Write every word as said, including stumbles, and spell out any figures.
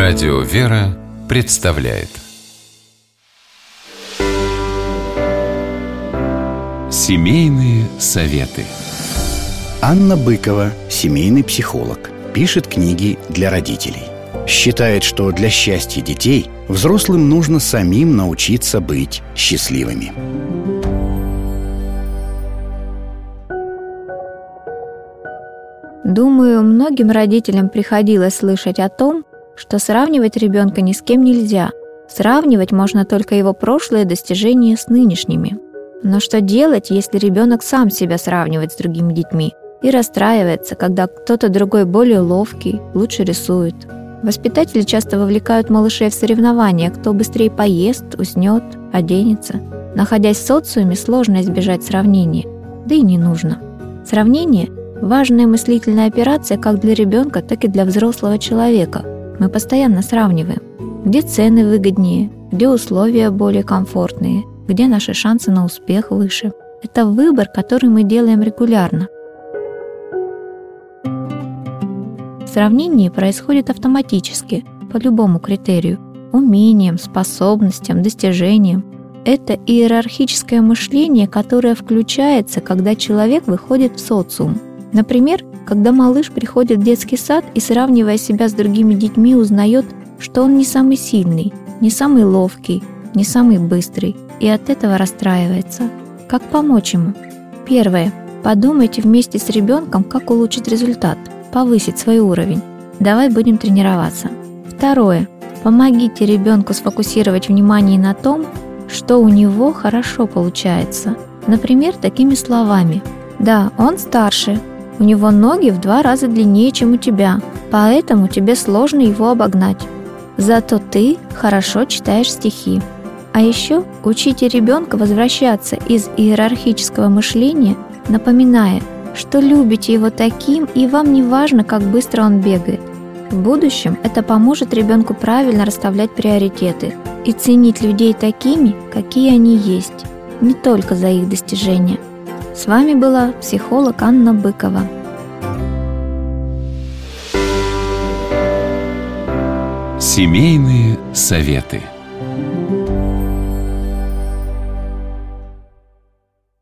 Радио «Вера» представляет Семейные советы. Анна Быкова, семейный психолог, пишет книги для родителей. Считает, что для счастья детей взрослым нужно самим научиться быть счастливыми. Думаю, многим родителям приходилось слышать о том, что сравнивать ребенка ни с кем нельзя. Сравнивать можно только его прошлые достижения с нынешними. Но что делать, если ребенок сам себя сравнивает с другими детьми и расстраивается, когда кто-то другой более ловкий, лучше рисует? Воспитатели часто вовлекают малышей в соревнования, кто быстрее поест, уснет, оденется. Находясь в социуме, сложно избежать сравнения, да и не нужно. Сравнение – важная мыслительная операция как для ребенка, так и для взрослого человека. Мы постоянно сравниваем, где цены выгоднее, где условия более комфортные, где наши шансы на успех выше. Это выбор, который мы делаем регулярно. Сравнение происходит автоматически, по любому критерию – умениям, способностям, достижениям. Это иерархическое мышление, которое включается, когда человек выходит в социум. Например, когда малыш приходит в детский сад и, сравнивая себя с другими детьми, узнает, что он не самый сильный, не самый ловкий, не самый быстрый, и от этого расстраивается. Как помочь ему? Первое. Подумайте вместе с ребенком, как улучшить результат, повысить свой уровень. Давай будем тренироваться. Второе. Помогите ребенку сфокусировать внимание на том, что у него хорошо получается. Например, такими словами: «Да, он старше, у него ноги в два раза длиннее, чем у тебя, поэтому тебе сложно его обогнать. Зато ты хорошо читаешь стихи». А еще учите ребенка возвращаться из иерархического мышления, напоминая, что любите его таким, и вам не важно, как быстро он бегает. В будущем это поможет ребенку правильно расставлять приоритеты и ценить людей такими, какие они есть, не только за их достижения. С вами была психолог Анна Быкова. Семейные советы.